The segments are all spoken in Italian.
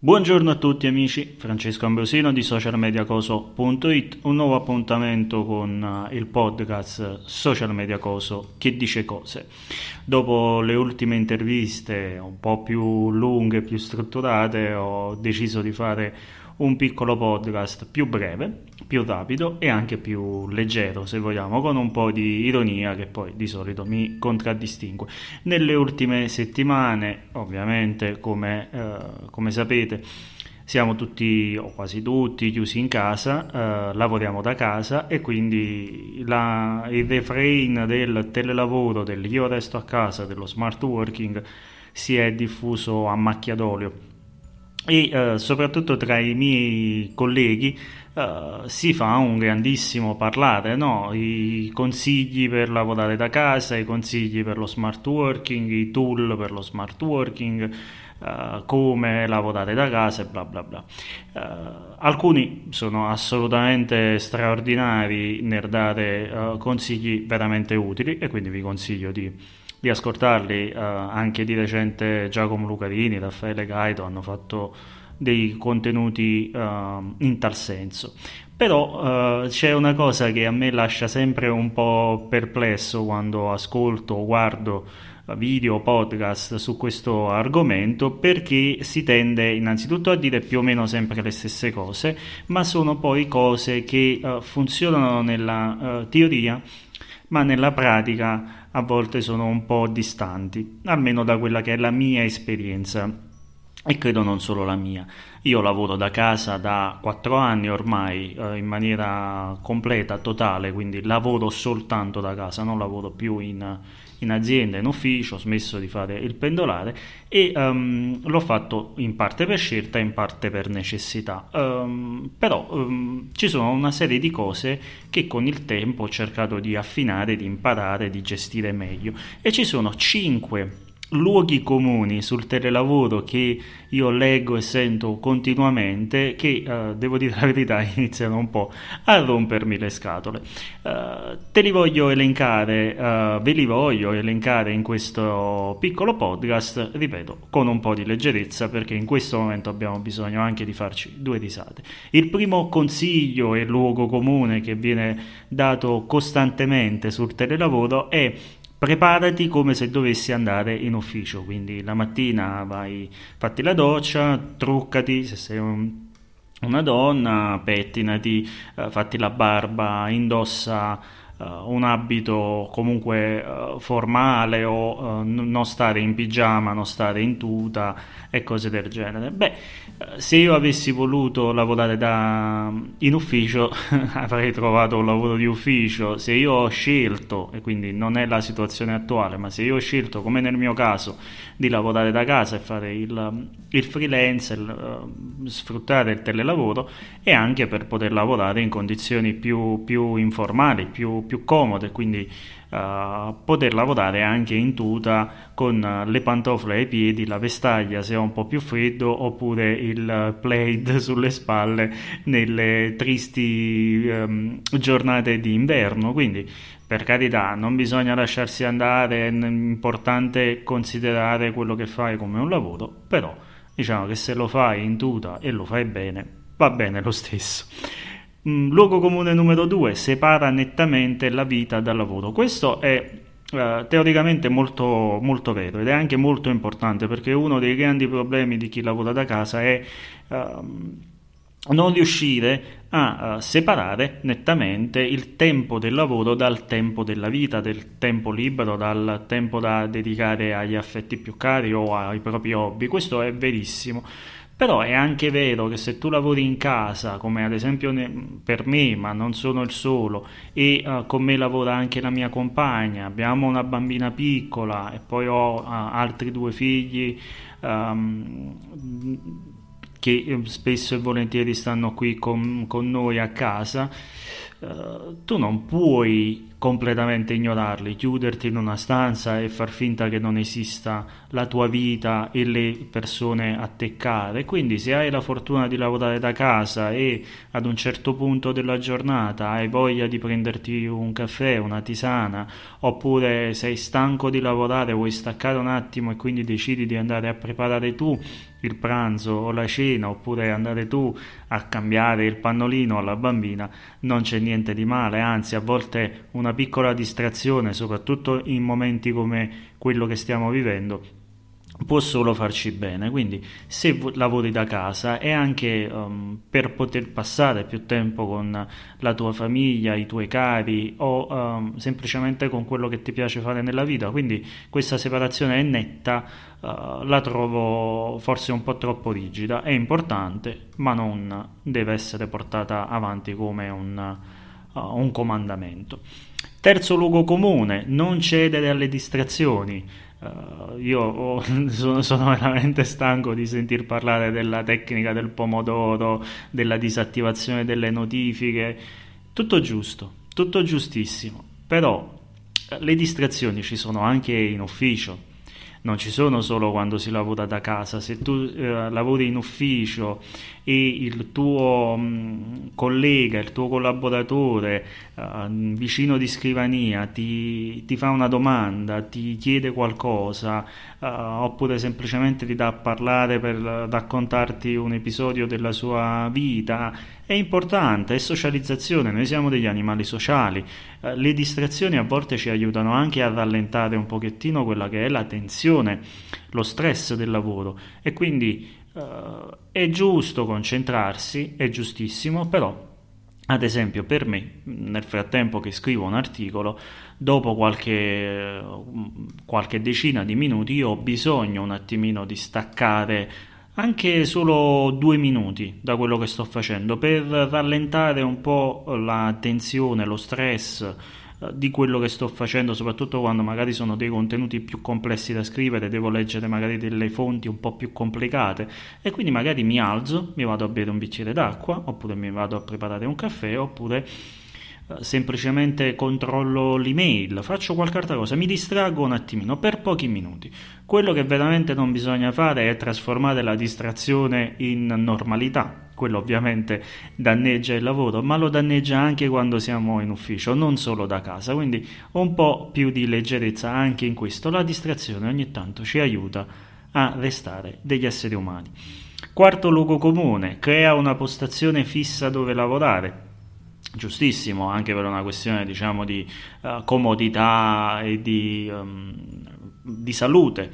Buongiorno a tutti amici, Francesco Ambrosino di socialmediacoso.it, un nuovo appuntamento con il podcast Social Media Coso che dice cose. Dopo le ultime interviste un po' più lunghe, più strutturate, ho deciso di fare un piccolo podcast più breve, più rapido e anche più leggero, se vogliamo, con un po' di ironia che poi di solito mi contraddistingue. Nelle ultime settimane, ovviamente, come sapete, siamo tutti o quasi tutti chiusi in casa, lavoriamo da casa e quindi il refrain del telelavoro, del io resto a casa, dello smart working si è diffuso a macchia d'olio e soprattutto tra i miei colleghi si fa un grandissimo parlare, no? I consigli per lavorare da casa, i consigli per lo smart working, i tool per lo smart working, come lavorare da casa e bla bla bla. Alcuni sono assolutamente straordinari nel dare consigli veramente utili e quindi vi consiglio di ascoltarli. Anche di recente Giacomo Lucarini, Raffaele Gaito hanno fatto dei contenuti in tal senso. Però c'è una cosa che a me lascia sempre un po' perplesso quando ascolto o guardo video, podcast su questo argomento, perché si tende innanzitutto a dire più o meno sempre le stesse cose, ma sono poi cose che funzionano nella teoria, ma nella pratica a volte sono un po' distanti, almeno da quella che è la mia esperienza e credo non solo la mia. Io lavoro da casa da 4 anni ormai in maniera completa, totale, quindi lavoro soltanto da casa, non lavoro più in azienda, in ufficio, ho smesso di fare il pendolare e l'ho fatto in parte per scelta, in parte per necessità. Però ci sono una serie di cose che con il tempo ho cercato di affinare, di imparare, di gestire meglio e ci sono 5 luoghi comuni sul telelavoro che io leggo e sento continuamente che, devo dire la verità, iniziano un po' a rompermi le scatole. Te li voglio elencare, ve li voglio elencare in questo piccolo podcast, ripeto, con un po' di leggerezza, perché in questo momento abbiamo bisogno anche di farci due risate. Il primo consiglio e luogo comune che viene dato costantemente sul telelavoro è: preparati come se dovessi andare in ufficio, quindi la mattina vai, fatti la doccia, truccati se sei una donna, pettinati, fatti la barba, indossa un abito comunque formale o non stare in pigiama, non stare in tuta e cose del genere. Se io avessi voluto lavorare in ufficio avrei trovato un lavoro di ufficio. Se io ho scelto, e quindi non è la situazione attuale, ma se io ho scelto, come nel mio caso, di lavorare da casa e fare il freelance, sfruttare il telelavoro, è anche per poter lavorare in condizioni più informali, più comode, quindi poter lavorare anche in tuta con le pantofole ai piedi, la vestaglia se ho un po' più freddo, oppure il plaid sulle spalle nelle tristi giornate di inverno. Quindi, per carità, non bisogna lasciarsi andare, è importante considerare quello che fai come un lavoro, però diciamo che se lo fai in tuta e lo fai bene, va bene lo stesso. Luogo comune numero 2: separa nettamente la vita dal lavoro. Questo è teoricamente molto, molto vero ed è anche molto importante, perché uno dei grandi problemi di chi lavora da casa è non riuscire a separare nettamente il tempo del lavoro dal tempo della vita, del tempo libero, dal tempo da dedicare agli affetti più cari o ai propri hobby. Questo è verissimo. Però è anche vero che se tu lavori in casa, come ad esempio per me, ma non sono il solo, e con me lavora anche la mia compagna, abbiamo una bambina piccola e poi ho altri 2 figli che spesso e volentieri stanno qui con noi a casa, tu non puoi completamente ignorarli, chiuderti in una stanza e far finta che non esista la tua vita e le persone a te care. Quindi se hai la fortuna di lavorare da casa e ad un certo punto della giornata hai voglia di prenderti un caffè, una tisana, oppure sei stanco di lavorare, vuoi staccare un attimo e quindi decidi di andare a preparare tu il pranzo o la cena, oppure andare tu a cambiare il pannolino alla bambina, non c'è niente di male, anzi a volte una piccola distrazione, soprattutto in momenti come quello che stiamo vivendo, può solo farci bene. Quindi se lavori da casa è anche per poter passare più tempo con la tua famiglia, i tuoi cari o semplicemente con quello che ti piace fare nella vita, quindi questa separazione è netta, la trovo forse un po' troppo rigida, è importante ma non deve essere portata avanti come un comandamento. Terzo luogo comune: non cedere alle distrazioni. Sono veramente stanco di sentir parlare della tecnica del pomodoro, della disattivazione delle notifiche. Tutto giusto, tutto giustissimo, però le distrazioni ci sono anche in ufficio, non ci sono solo quando si lavora da casa. Se tu lavori in ufficio e il tuo collega, il tuo collaboratore vicino di scrivania ti fa una domanda, ti chiede qualcosa, oppure semplicemente ti dà a parlare per raccontarti un episodio della sua vita, è importante, è socializzazione, noi siamo degli animali sociali. Le distrazioni a volte ci aiutano anche a rallentare un pochettino quella che è la tensione, lo stress del lavoro, e quindi è giusto concentrarsi, è giustissimo, però ad esempio per me, nel frattempo che scrivo un articolo, dopo qualche decina di minuti io ho bisogno un attimino di staccare anche solo 2 minuti da quello che sto facendo, per rallentare un po' la tensione, lo stress di quello che sto facendo, soprattutto quando magari sono dei contenuti più complessi da scrivere, devo leggere magari delle fonti un po' più complicate, e quindi magari mi alzo, mi vado a bere un bicchiere d'acqua, oppure mi vado a preparare un caffè, oppure semplicemente controllo l'email, faccio qualche altra cosa, mi distraggo un attimino per pochi minuti. Quello che veramente non bisogna fare è trasformare la distrazione in normalità. Quello ovviamente danneggia il lavoro, ma lo danneggia anche quando siamo in ufficio, non solo da casa. Quindi un po' più di leggerezza anche in questo. La distrazione ogni tanto ci aiuta a restare degli esseri umani. Quarto luogo comune: crea una postazione fissa dove lavorare. Giustissimo, anche per una questione, diciamo, di comodità e di salute.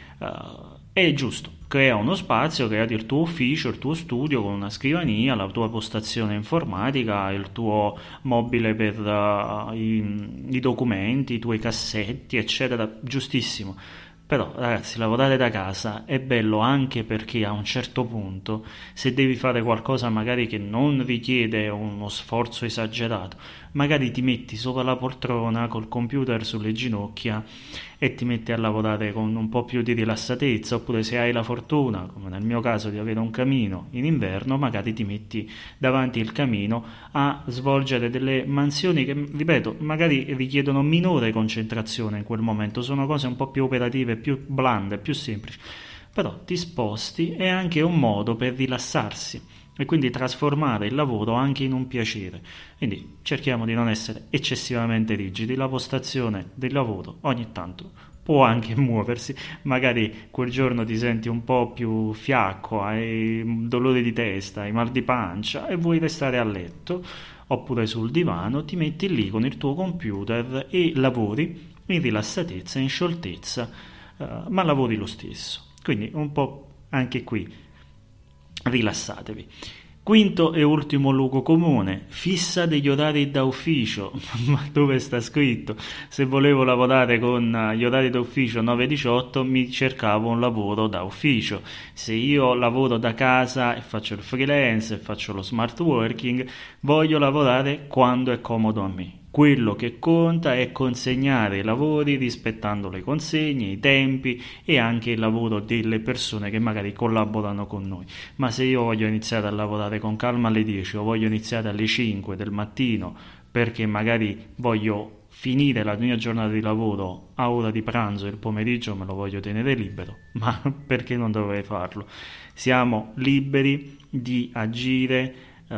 È giusto, crea uno spazio, crea il tuo ufficio, il tuo studio con una scrivania, la tua postazione informatica, il tuo mobile per i documenti, i tuoi cassetti, eccetera. Giustissimo. Però ragazzi, lavorare da casa è bello anche perché a un certo punto, se devi fare qualcosa magari che non richiede uno sforzo esagerato, magari ti metti sopra la poltrona col computer sulle ginocchia e ti metti a lavorare con un po' più di rilassatezza, oppure se hai la fortuna, come nel mio caso, di avere un camino in inverno, magari ti metti davanti il camino a svolgere delle mansioni che, ripeto, magari richiedono minore concentrazione in quel momento, sono cose un po' più operative, più blande, più semplici, però ti sposti, è anche un modo per rilassarsi e quindi trasformare il lavoro anche in un piacere. Quindi cerchiamo di non essere eccessivamente rigidi, la postazione del lavoro ogni tanto può anche muoversi, magari quel giorno ti senti un po' più fiacco, hai dolore di testa, hai mal di pancia e vuoi restare a letto oppure sul divano, ti metti lì con il tuo computer e lavori in rilassatezza, in scioltezza, ma lavori lo stesso. Quindi un po' anche qui rilassatevi. Quinto e ultimo luogo comune: fissa degli orari da ufficio. Ma dove sta scritto? Se volevo lavorare con gli orari da ufficio 9-18 mi cercavo un lavoro da ufficio. Se io lavoro da casa e faccio il freelance e faccio lo smart working, voglio lavorare quando è comodo a me. Quello che conta è consegnare i lavori rispettando le consegne, i tempi e anche il lavoro delle persone che magari collaborano con noi. Ma se io voglio iniziare a lavorare con calma alle 10 o voglio iniziare alle 5 del mattino perché magari voglio finire la mia giornata di lavoro a ora di pranzo e il pomeriggio me lo voglio tenere libero, ma perché non dovrei farlo? Siamo liberi di agire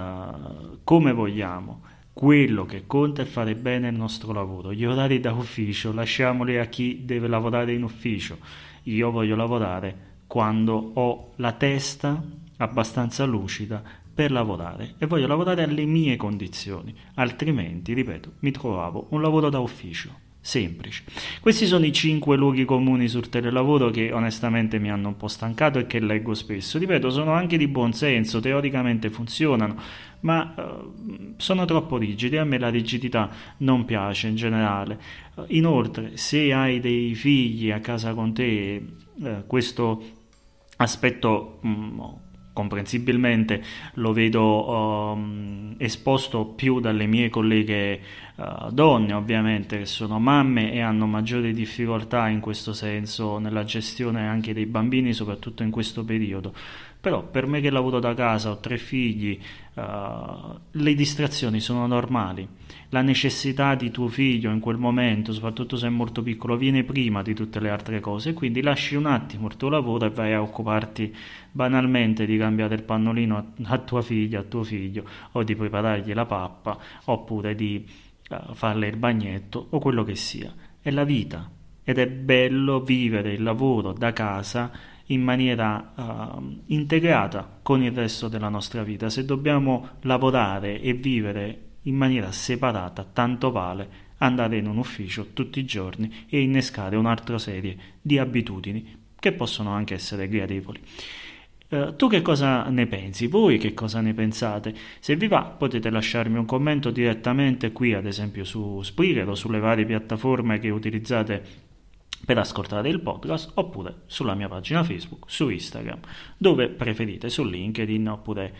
come vogliamo. Quello che conta è fare bene il nostro lavoro. Gli orari da ufficio lasciamoli a chi deve lavorare in ufficio. Io voglio lavorare quando ho la testa abbastanza lucida per lavorare e voglio lavorare alle mie condizioni, altrimenti, ripeto, mi trovavo un lavoro da ufficio. Semplice. Questi sono i 5 luoghi comuni sul telelavoro che onestamente mi hanno un po' stancato e che leggo spesso. Ripeto, sono anche di buon senso, teoricamente funzionano, ma sono troppo rigidi. A me la rigidità non piace in generale. Inoltre, se hai dei figli a casa con te, questo aspetto comprensibilmente lo vedo esposto più dalle mie colleghe donne, ovviamente, che sono mamme e hanno maggiori difficoltà in questo senso nella gestione anche dei bambini, soprattutto in questo periodo. Però per me che lavoro da casa, ho 3 figli, le distrazioni sono normali. La necessità di tuo figlio in quel momento, soprattutto se è molto piccolo, viene prima di tutte le altre cose, quindi lasci un attimo il tuo lavoro e vai a occuparti banalmente di cambiare il pannolino a tua figlia, a tuo figlio, o di preparargli la pappa, oppure di farle il bagnetto o quello che sia. È la vita ed è bello vivere il lavoro da casa in maniera integrata con il resto della nostra vita. Se dobbiamo lavorare e vivere in maniera separata, tanto vale andare in un ufficio tutti i giorni e innescare un'altra serie di abitudini che possono anche essere gradevoli. Tu che cosa ne pensi? Voi che cosa ne pensate? Se vi va potete lasciarmi un commento direttamente qui, ad esempio su Spreaker o sulle varie piattaforme che utilizzate per ascoltare il podcast, oppure sulla mia pagina Facebook, su Instagram, dove preferite, su LinkedIn, oppure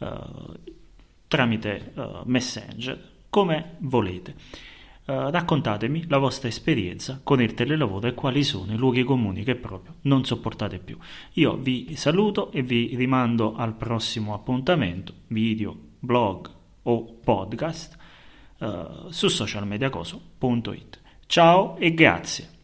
tramite Messenger, come volete. Raccontatemi la vostra esperienza con il telelavoro e quali sono i luoghi comuni che proprio non sopportate più. Io vi saluto e vi rimando al prossimo appuntamento, video, blog o podcast, su socialmediacoso.it. Ciao e grazie!